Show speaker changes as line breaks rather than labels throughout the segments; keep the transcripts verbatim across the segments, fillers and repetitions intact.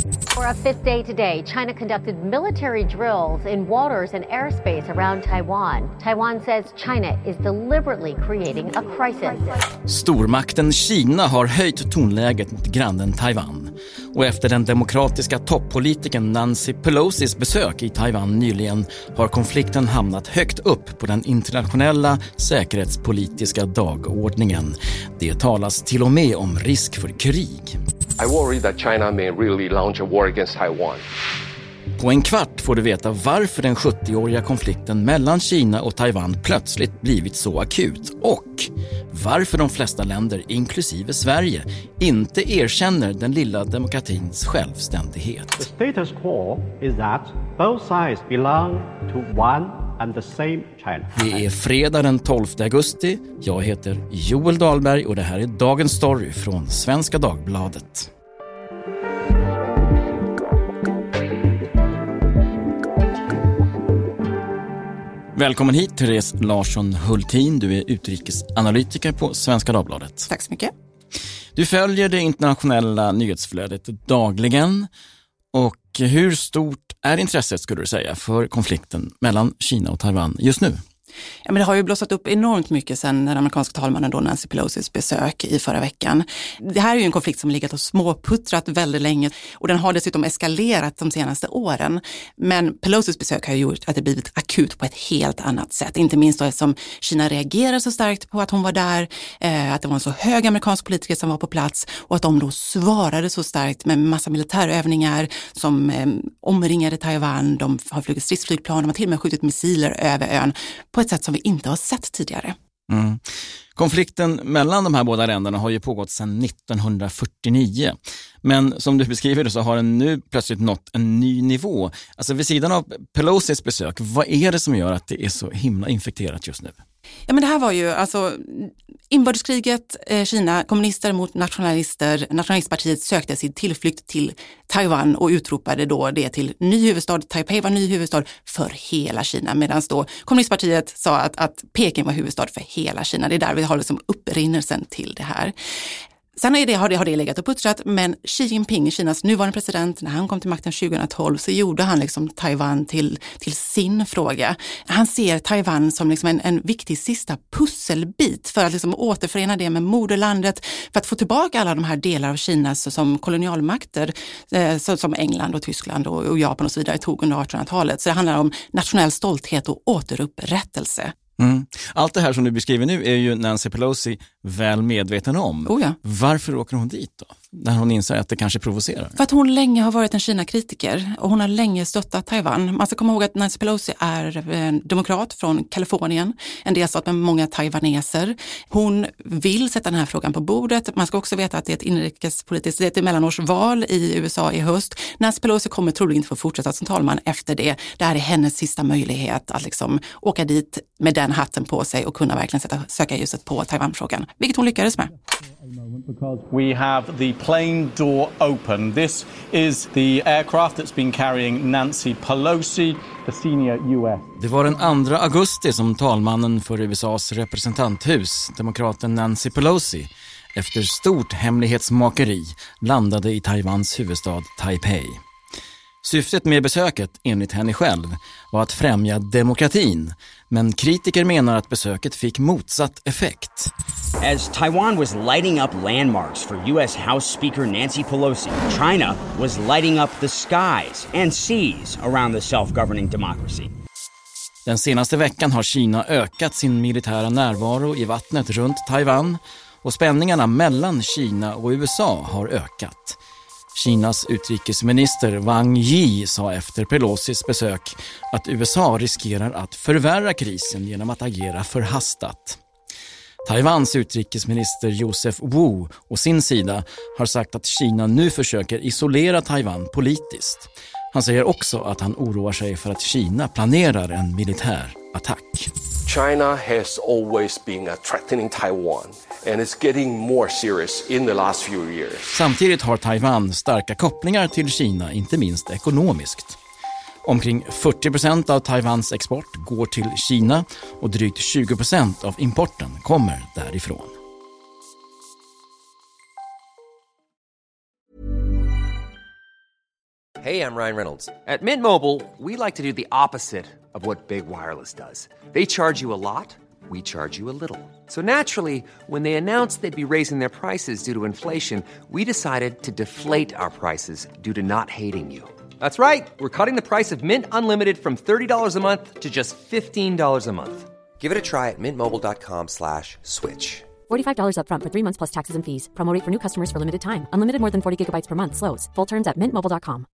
For a fifth day today, China conducted military drills in waters and airspace around Taiwan. Taiwan says China is deliberately creating a crisis.
Stormakten Kina har höjt tonläget mot grannen Taiwan. Och efter den demokratiska toppolitiken Nancy Pelosis besök i Taiwan nyligen har konflikten hamnat högt upp på den internationella säkerhetspolitiska dagordningen. Det talas till och med om risk för krig.
I worry that China may really launch a war against Taiwan.
På en kvart får du veta varför den sjuttioåriga konflikten mellan Kina och Taiwan plötsligt blivit så akut och varför de flesta länder, inklusive Sverige, inte erkänner den lilla demokratins självständighet.
The status quo is that both sides belong to one and the same China.
Det är fredag den tolfte augusti. Jag heter Joel Dahlberg och det här är dagens story från Svenska Dagbladet. Välkommen hit, Therese Larsson Hultin. Du är utrikesanalytiker på Svenska Dagbladet.
Tack så mycket.
Du följer det internationella nyhetsflödet dagligen. Och hur stort är intresset, skulle du säga, för konflikten mellan Kina och Taiwan just nu?
Ja, men det har ju blossat upp enormt mycket sedan den amerikanska talmannen då Nancy Pelosis besök i förra veckan. Det här är ju en konflikt som legat och småputtrat väldigt länge och den har dessutom eskalerat de senaste åren. Men Pelosis besök har ju gjort att det blivit akut på ett helt annat sätt. Inte minst då eftersom Kina reagerar så starkt på att hon var där, eh, att det var en så hög amerikansk politiker som var på plats och att de då svarade så starkt med massa militärövningar som eh, omringade Taiwan. De har flugit stridsflygplan, de har till och med skjutit missiler över ön på ett sätt som vi inte har sett tidigare.
Mm. Konflikten mellan de här båda länderna har ju pågått sedan nittonhundrafyrtionio. Men som du beskriver det så har den nu plötsligt nått en ny nivå. Alltså vid sidan av Pelosis besök, vad är det som gör att det är så himla infekterat just nu?
Ja, men det här var ju alltså inbördeskriget, eh, Kina, kommunister mot nationalister. Nationalistpartiet sökte sin tillflykt till Taiwan och utropade då det till ny huvudstad. Taipei var ny huvudstad för hela Kina, medan då kommunistpartiet sa att, att Peking var huvudstad för hela Kina. Det är där vi har liksom upprinnelsen till det här. Sen är det, har, det, har det legat och puttrat, men Xi Jinping, Kinas nuvarande president, när han kom till makten tjugohundratolv så gjorde han liksom Taiwan till, till sin fråga. Han ser Taiwan som liksom en, en viktig sista pusselbit för att liksom återförena det med moderlandet, för att få tillbaka alla de här delar av Kina som kolonialmakter, eh, så, som England och Tyskland och, och Japan och så vidare tog under artonhundratalet. Så det handlar om nationell stolthet och återupprättelse.
Mm. Allt det här som du beskriver nu är ju Nancy Pelosi väl medveten om.
Oh ja.
Varför åker hon dit då? När hon inser att det kanske provocerar.
För att hon länge har varit en Kina-kritiker och hon har länge stöttat Taiwan. Man ska komma ihåg att Nancy Pelosi är en demokrat från Kalifornien. En delstat med många taiwaneser. Hon vill sätta den här frågan på bordet. Man ska också veta att det är ett inrikespolitiskt, det är ett mellanårsval i U S A i höst. Nancy Pelosi kommer troligen inte få fortsätta som talman efter det. Det här är hennes sista möjlighet att liksom åka dit med den hatten på sig och kunna verkligen sätta sökarljuset på Taiwan-frågan. Vilket hon lyckades med.
We have the plane door open. This is the aircraft that's been carrying Nancy Pelosi, the senior U S.
Det var den andra augusti som talmannen för U S A:s representanthus, demokraten Nancy Pelosi, efter stort hemlighetsmakeri landade i Taiwans huvudstad Taipei. Syftet med besöket, enligt henne själv, var att främja demokratin, men kritiker menar att besöket fick motsatt effekt.
As Taiwan was lighting up landmarks for U S House Speaker Nancy Pelosi, China was lighting up the skies and seas around the self-governing democracy.
Den senaste veckan har Kina ökat sin militära närvaro i vattnet runt Taiwan och spänningarna mellan Kina och U S A har ökat. Kinas utrikesminister Wang Yi sa efter Pelosis besök att U S A riskerar att förvärra krisen genom att agera förhastat. Taiwans utrikesminister Joseph Wu å sin sida har sagt att Kina nu försöker isolera Taiwan politiskt. Han säger också att han oroar sig för att Kina planerar en militär attack.
China has always been threatening Taiwan and it's getting more serious in the last few years.
Samtidigt har Taiwan starka kopplingar till Kina, inte minst ekonomiskt. Omkring fyrtio procent av Taiwans export går till Kina och drygt tjugo procent av importen kommer därifrån.
Hey, I'm Ryan Reynolds. At Mint Mobile, we like to do the opposite of what Big Wireless does. They charge you a lot, we charge you a little. So naturally, when they announced they'd be raising their prices due to inflation, we decided to deflate our prices due to not hating you. That's right. We're cutting the price of Mint Unlimited from thirty dollars a month to just fifteen dollars a month. Give it a try at mintmobile.com slash switch.
forty-five dollars up front for three months plus taxes and fees. Promo rate for new customers for limited time. Unlimited more than forty gigabytes per month slows. Full terms at mint mobile dot com.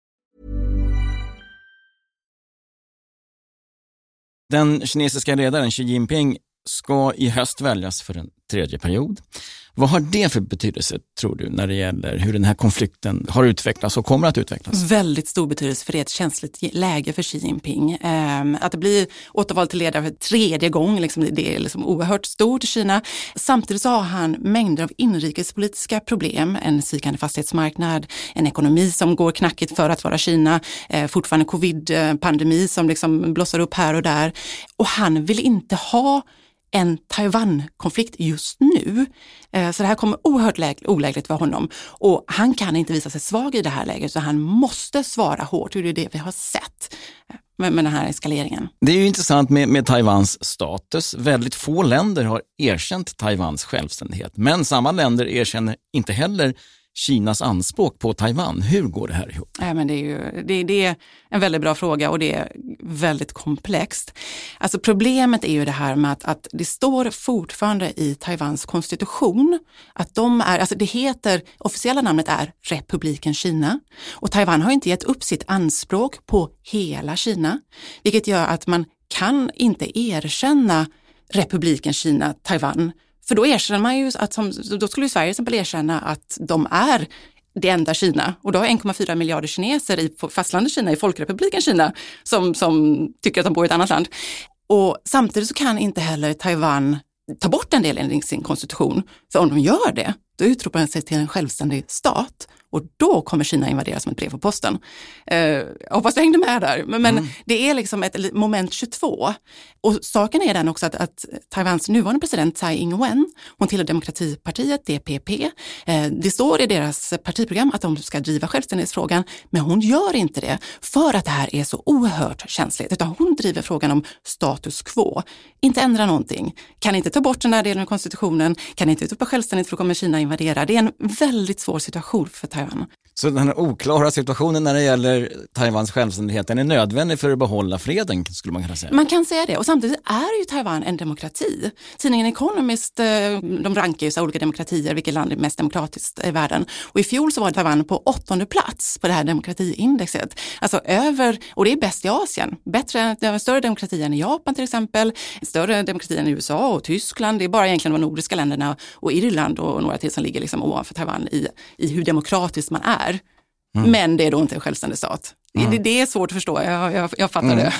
Den kinesiska ledaren Xi Jinping ska i höst väljas för en tredje period. Vad har det för betydelse, tror du, när det gäller hur den här konflikten har utvecklats och kommer att utvecklas?
Väldigt stor betydelse, för det är ett känsligt läge för Xi Jinping. Um, att det blir återvald till ledare för tredje gång, liksom, det är liksom oerhört stort i Kina. Samtidigt så har han mängder av inrikespolitiska problem. En svikande fastighetsmarknad, en ekonomi som går knackigt för att vara Kina, eh, fortfarande covid-pandemi som liksom blossar upp här och där. Och han vill inte ha en Taiwan-konflikt just nu. Så det här kommer oerhört lä- olägligt för honom. Och han kan inte visa sig svag i det här läget, så han måste svara hårt. Och det är det vi har sett med, med den här eskaleringen.
Det är ju intressant med, med Taiwans status. Väldigt få länder har erkänt Taiwans självständighet. Men samma länder erkänner inte heller Kinas anspråk på Taiwan. Hur går det här ihop?
Ja, men det, är ju, det, det är en väldigt bra fråga och det är väldigt komplext. Alltså problemet är ju det här med att, att det står fortfarande i Taiwans konstitution att de är, alltså det heter, officiella namnet är Republiken Kina, och Taiwan har inte gett upp sitt anspråk på hela Kina, vilket gör att man kan inte erkänna Republiken Kina, Taiwan. För då erkänner man ju att som, då skulle ju Sverige till exempel erkänna att de är det enda Kina. Och då har en komma fyra miljarder kineser i fastlandet Kina, i Folkrepubliken Kina, som, som tycker att de bor i ett annat land. Och samtidigt så kan inte heller Taiwan ta bort en del i sin konstitution. För om de gör det, då utropar den sig till en självständig stat. Och då kommer Kina invadera som ett brev på posten. Eh, jag hoppas du hängde med där. Men, mm. men det är liksom ett moment tjugotvå. Och saken är den också att, att Taiwans nuvarande president Tsai Ing-wen, hon tillhör demokratipartiet D P P. Eh, det står i deras partiprogram att de ska driva självständighetsfrågan. Men hon gör inte det för att det här är så oerhört känsligt. Utan hon driver frågan om status quo. Inte ändra någonting. Kan inte ta bort den här delen av konstitutionen. Kan inte utropa självständighet för att kommer Kina invadera. Det är en väldigt svår situation för Taiwan.
Så den här oklara situationen när det gäller Taiwans självständighet, den är nödvändig för att behålla freden, skulle man kunna säga.
Man kan säga det, och samtidigt är ju Taiwan en demokrati. Tidningen Economist, de rankar ju så olika demokratier, vilket land är mest demokratiskt i världen. Och i fjol så var Taiwan på åttonde plats på det här demokratiindexet. Alltså över, och det är bäst i Asien. Bättre, det är större demokrati än i Japan till exempel, större demokrati än i U S A och Tyskland. Det är bara egentligen de nordiska länderna och Irland och några till som ligger liksom ovanför Taiwan i, i hur demokratiskt man är. Mm. Men det är då inte en självständig stat. Mm. Det, det är svårt att förstå, jag, jag, jag fattar mm. det.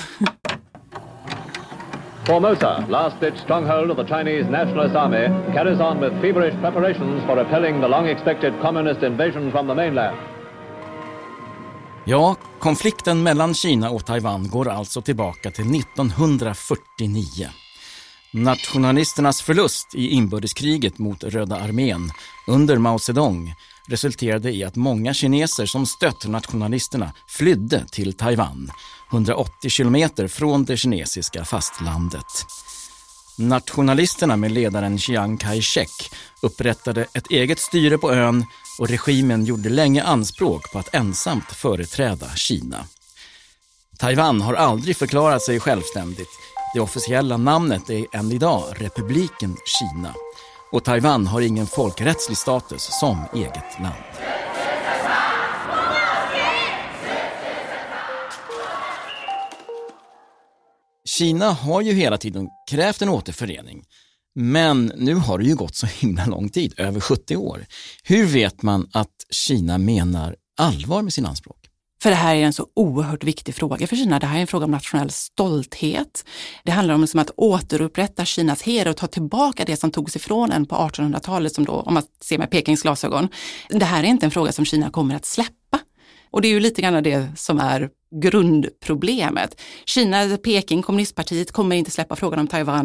Formosa, last-ditch stronghold of the Chinese Nationalist Army, carries on with feverish preparations for repelling the long-expected communist invasion from the mainland.
Ja, konflikten mellan Kina och Taiwan går alltså tillbaka till nittonhundrafyrtionio. Nationalisternas förlust i inbördeskriget mot Röda armén under Mao Zedong resulterade i att många kineser som stött nationalisterna flydde till Taiwan, hundraåttio kilometer från det kinesiska fastlandet. Nationalisterna med ledaren Chiang Kai-shek upprättade ett eget styre på ön, och regimen gjorde länge anspråk på att ensamt företräda Kina. Taiwan har aldrig förklarat sig självständigt. Det officiella namnet är än idag Republiken Kina. Och Taiwan har ingen folkrättslig status som eget land. Kina har ju hela tiden krävt en återförening. Men nu har det ju gått så himla lång tid, över sjuttio år. Hur vet man att Kina menar allvar med sin anspråk?
För det här är en så oerhört viktig fråga för Kina. Det här är en fråga om nationell stolthet. Det handlar om att återupprätta Kinas heder och ta tillbaka det som togs ifrån en på artonhundratalet, som då, om man ser med Pekings glasögon. Det här är inte en fråga som Kina kommer att släppa. Och det är ju lite grann det som är grundproblemet. Kina, Peking, kommunistpartiet kommer inte släppa frågan om Taiwan.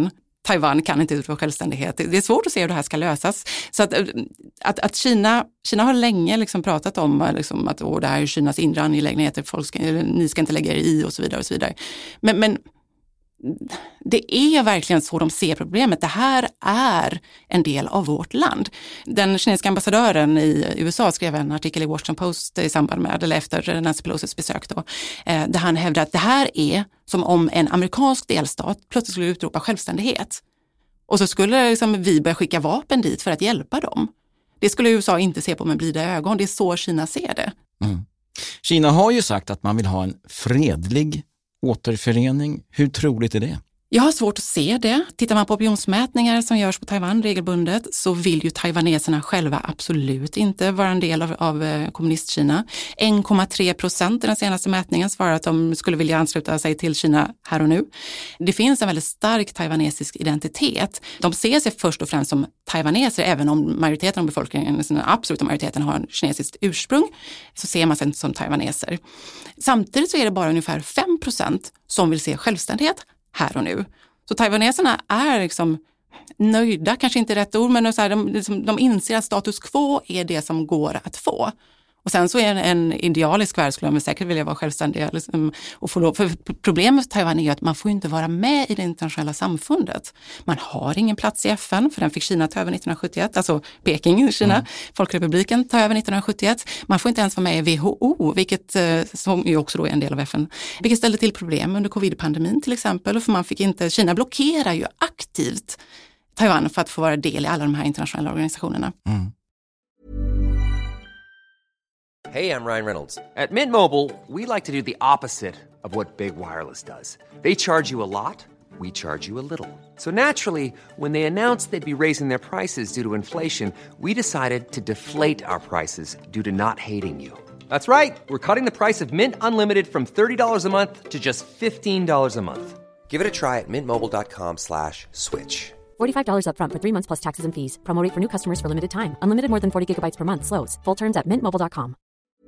Taiwan kan inte utöva självständighet. Det är svårt att se hur det här ska lösas. Så att, att, att Kina, Kina har länge liksom pratat om liksom att åh, det här är Kinas inre angelägenheter, folk ska, ni ska inte lägga er i och så vidare och så vidare. Men, men det är verkligen så de ser problemet. Det här är en del av vårt land. Den kinesiska ambassadören i U S A skrev en artikel i Washington Post i samband med, eller efter Nancy Pelosis besök då, där han hävdar att det här är som om en amerikansk delstat plötsligt skulle utropa självständighet. Och så skulle liksom vi börja skicka vapen dit för att hjälpa dem. Det skulle U S A inte se på med blida ögon. Det är så Kina ser det.
Mm. Kina har ju sagt att man vill ha en fredlig återförening. Hur troligt är det?
Jag har svårt att se det. Tittar man på opinionsmätningar som görs på Taiwan regelbundet så vill ju taiwaneserna själva absolut inte vara en del av, av kommunistkina. en komma tre procent i den senaste mätningen svarar att de skulle vilja ansluta sig till Kina här och nu. Det finns en väldigt stark taiwanesisk identitet. De ser sig först och främst som taiwaneser, även om majoriteten av befolkningen, den absoluta majoriteten har en kinesiskt ursprung, så ser man sig som taiwaneser. Samtidigt så är det bara ungefär fem procent som vill se självständighet här och nu. Så taiwaneserna är liksom nöjda, kanske inte rätt ord, men så här, de, de inser att status quo är det som går att få. Och sen så är en, en idealisk värld skulle de säkert vilja vara självständiga. Liksom, och få lov. För problemet med Taiwan är att man får inte vara med i det internationella samfundet. Man har ingen plats i F N, för den fick Kina ta över nittonhundrasjuttioett. Alltså Peking, Kina, mm. Folkrepubliken ta över nittonhundrasjuttioett. Man får inte ens vara med i W H O, vilket som ju också då är en del av F N. Vilket ställde till problem under covid-pandemin till exempel. För man fick inte, Kina blockerar ju aktivt Taiwan för att få vara del i alla de här internationella organisationerna.
Mm.
Hey, I'm Ryan Reynolds. At Mint Mobile, we like to do the opposite of what Big Wireless does. They charge you a lot, we charge you a little. So naturally, when they announced they'd be raising their prices due to inflation, we decided to deflate our prices due to not hating you. That's right. We're cutting the price of Mint Unlimited from thirty dollars a month to just fifteen dollars a month. Give it a try at mintmobile.com slash switch.
forty-five dollars up front for three months plus taxes and fees. Promo rate for new customers for limited time. Unlimited more than forty gigabytes per month. Slows full terms at mint mobile dot com.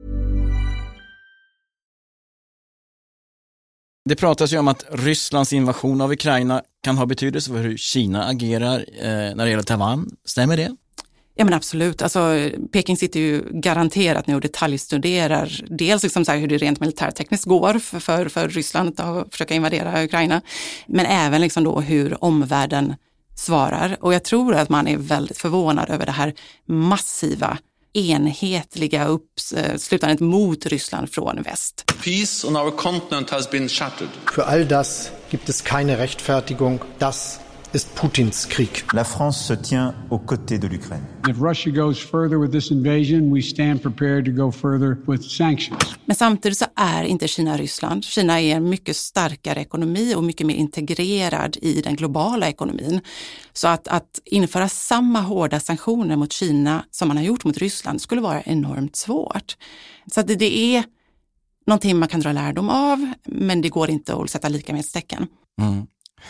Det pratas ju om att Rysslands invasion av Ukraina kan ha betydelse för hur Kina agerar eh, när det gäller Taiwan. Stämmer det?
Ja men absolut. Alltså, Peking sitter ju garanterat nu och detaljstuderar dels liksom så här hur det rent militärtekniskt går för, för, för Ryssland att försöka invadera Ukraina. Men även liksom då hur omvärlden svarar. Och jag tror att man är väldigt förvånad över det här massiva enhetliga uppslutandet mot Ryssland från väst.
Peace on our continent has been shattered.
För all das gibt es keine Rechtfertigung. Das ist Putins Krieg.
La France se tient aux côtés de l'Ukraine.
If Russia goes further with this invasion, we stand prepared to go further with sanctions.
Men samtidigt så är inte Kina Ryssland. Kina är en mycket starkare ekonomi och mycket mer integrerad i den globala ekonomin. Så att, att införa samma hårda sanktioner mot Kina som man har gjort mot Ryssland skulle vara enormt svårt. Så att det, det är någonting man kan dra lärdom av, men det går inte att sätta lika med ett tecken.
Mm.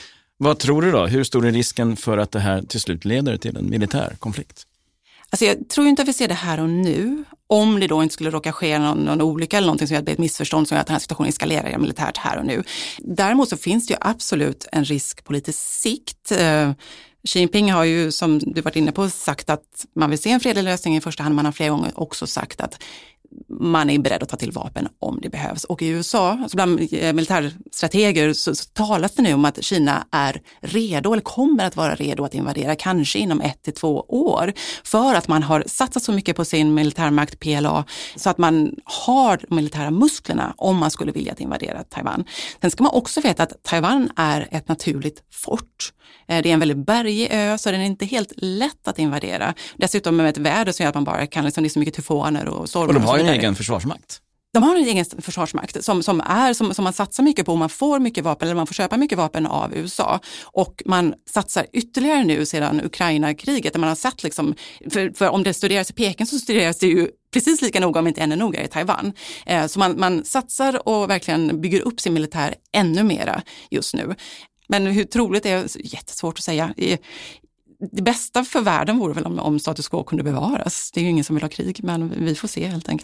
Vad tror du då? Hur stor är risken för att det här till slut leder till en militär konflikt?
Alltså jag tror inte att vi ser det här och nu. Om det då inte skulle råka ske någon, någon olycka eller någonting som gör att det blir ett missförstånd som gör att den här situationen eskalerar militärt här och nu. Däremot så finns det ju absolut en risk på lite sikt. Uh, Xi Jinping har ju, som du varit inne på, sagt att man vill se en fredlig lösning i första hand. Man har flera gånger också sagt att man är beredd att ta till vapen om det behövs. Och i U S A, alltså bland militärstrateger, så, så talas det nu om att Kina är redo eller kommer att vara redo att invadera kanske inom ett till två år. För att man har satsat så mycket på sin militärmakt P L A så att man har de militära musklerna om man skulle vilja att invadera Taiwan. Sen ska man också veta att Taiwan är ett naturligt fort. Det är en väldigt bergig ö så den är inte helt lätt att invadera. Dessutom med ett väder så gör att man bara kan, liksom, det är så mycket tyfoner och stormar.
Och de har ju en egen försvarsmakt.
De har en egen försvarsmakt som, som, är, som, som man satsar mycket på. Man får mycket vapen eller man får köpa mycket vapen av U S A. Och man satsar ytterligare nu sedan Ukraina-kriget. Där man har sett liksom, för, för om det studeras i Peking så studeras det ju precis lika noga om inte ännu noga i Taiwan. Eh, så man, man satsar och verkligen bygger upp sin militär ännu mera just nu. Men hur troligt är det? Jättesvårt att säga. Det bästa för världen vore väl om, om status quo kunde bevaras. Det är ju ingen som vill ha krig, men vi får se helt enkelt.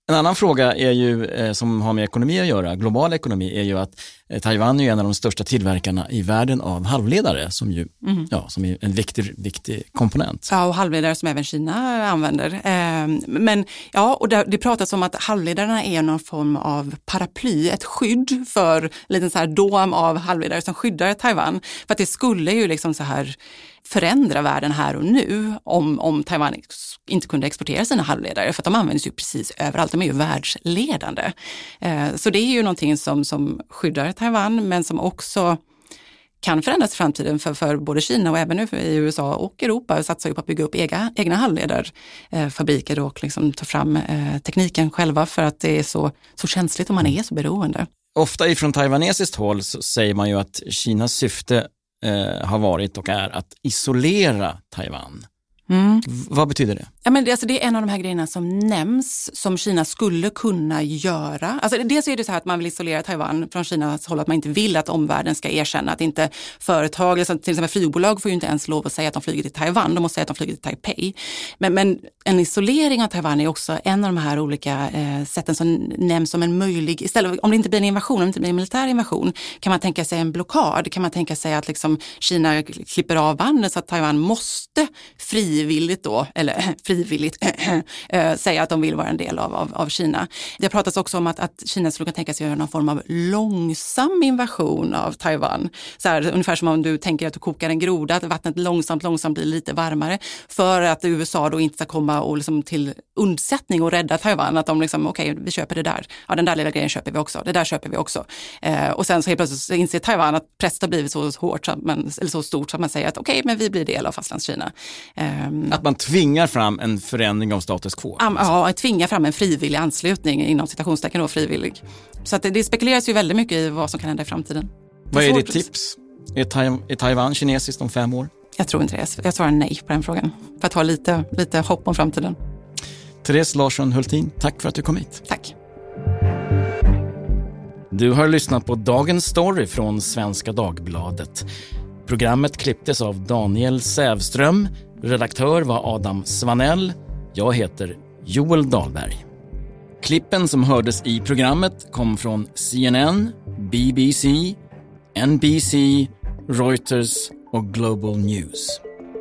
En annan fråga är ju, eh, som har med ekonomi att göra, global ekonomi, är ju att eh, Taiwan är ju en av de största tillverkarna i världen av halvledare som ju mm. ja, som är en viktig, viktig komponent.
Ja, och halvledare som även Kina använder. Eh, men ja, och det, det pratas om att halvledarna är någon form av paraply, ett skydd för en liten så här dom av halvledare som skyddar Taiwan. För att det skulle ju liksom så här förändra världen här och nu om, om Taiwan inte kunde exportera sina halvledare, för att de används ju precis överallt, de är ju världsledande. Eh, så det är ju någonting som, som skyddar Taiwan, men som också kan förändras i framtiden för, för både Kina och även nu i U S A och Europa satsar ju på att bygga upp egna, egna halvledarfabriker och liksom ta fram eh, tekniken själva, för att det är så, så känsligt om man är så beroende.
Ofta ifrån taiwanesiskt håll så säger man ju att Kinas syfte eh, har varit och är att isolera Taiwan. Mm. Vad betyder det?
Ja, men det, alltså det är en av de här grejerna som nämns som Kina skulle kunna göra. Alltså dels är det så här att man vill isolera Taiwan från Kinas håll, att man inte vill att omvärlden ska erkänna att inte företag, alltså till exempel flygbolag får ju inte ens lov att säga att de flyger till Taiwan, de måste säga att de flyger till Taipei. Men, men en isolering av Taiwan är också en av de här olika eh, sätten som nämns som en möjlig, istället om det inte blir en invasion, om det inte blir en militär invasion, kan man tänka sig en blockad, kan man tänka sig att liksom Kina klipper av bandet så att Taiwan måste frivilligt då, eller frivilligt äh, säga att de vill vara en del av, av, av Kina. Det pratas också om att, att Kina skulle kunna tänka sig göra någon form av långsam invasion av Taiwan. Så här, ungefär som om du tänker att du kokar en groda, att vattnet långsamt, långsamt blir lite varmare, för att U S A då inte ska komma och liksom till undsättning och rädda Taiwan. Att de liksom, okej, okay, vi köper det där. Ja, den där lilla grejen köper vi också. Det där köper vi också. Eh, och sen så helt plötsligt inser Taiwan att presset har blivit så hårt, så man, eller så stort, så att man säger att okej, okay, men vi blir del av fastlandskina. Eh,
att man tvingar fram en förändring av status quo.
Um, ja, att tvinga fram en frivillig anslutning inom citationstecken och frivillig. Så att det, det spekuleras ju väldigt mycket i vad som kan hända i framtiden.
Vad är, är ditt tips? Är, tai- är Taiwan kinesiskt om fem år?
Jag tror inte det. Jag svarar nej på den frågan. För att ha lite, lite hopp om framtiden.
Therese Larsson Hultin, tack för att du kom hit.
Tack.
Du har lyssnat på Dagens Story från Svenska Dagbladet. Programmet klipptes av Daniel Sävström. Redaktör var Adam Svanell. Jag heter Joel Dahlberg. Klippen som hördes i programmet kom från C N N, B B C, N B C, Reuters och Global News.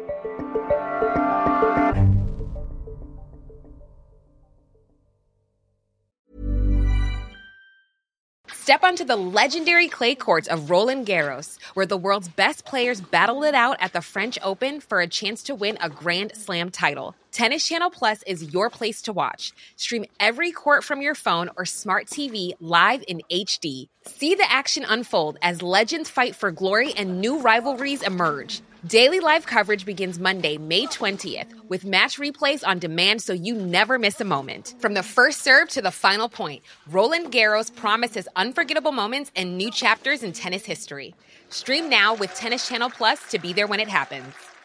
Step onto the legendary clay courts of Roland Garros, where the world's best players battle it out at the French Open for a chance to win a Grand Slam title. Tennis Channel Plus is your place to watch. Stream every court from your phone or smart T V live in H D. See the action unfold as legends fight for glory and new rivalries emerge. Daily live coverage begins Monday, May twentieth, with match replays on demand so you never miss a moment. From the first serve to the final point, Roland Garros promises unforgettable moments and new chapters in tennis history. Stream now with Tennis Channel Plus to be there when it happens.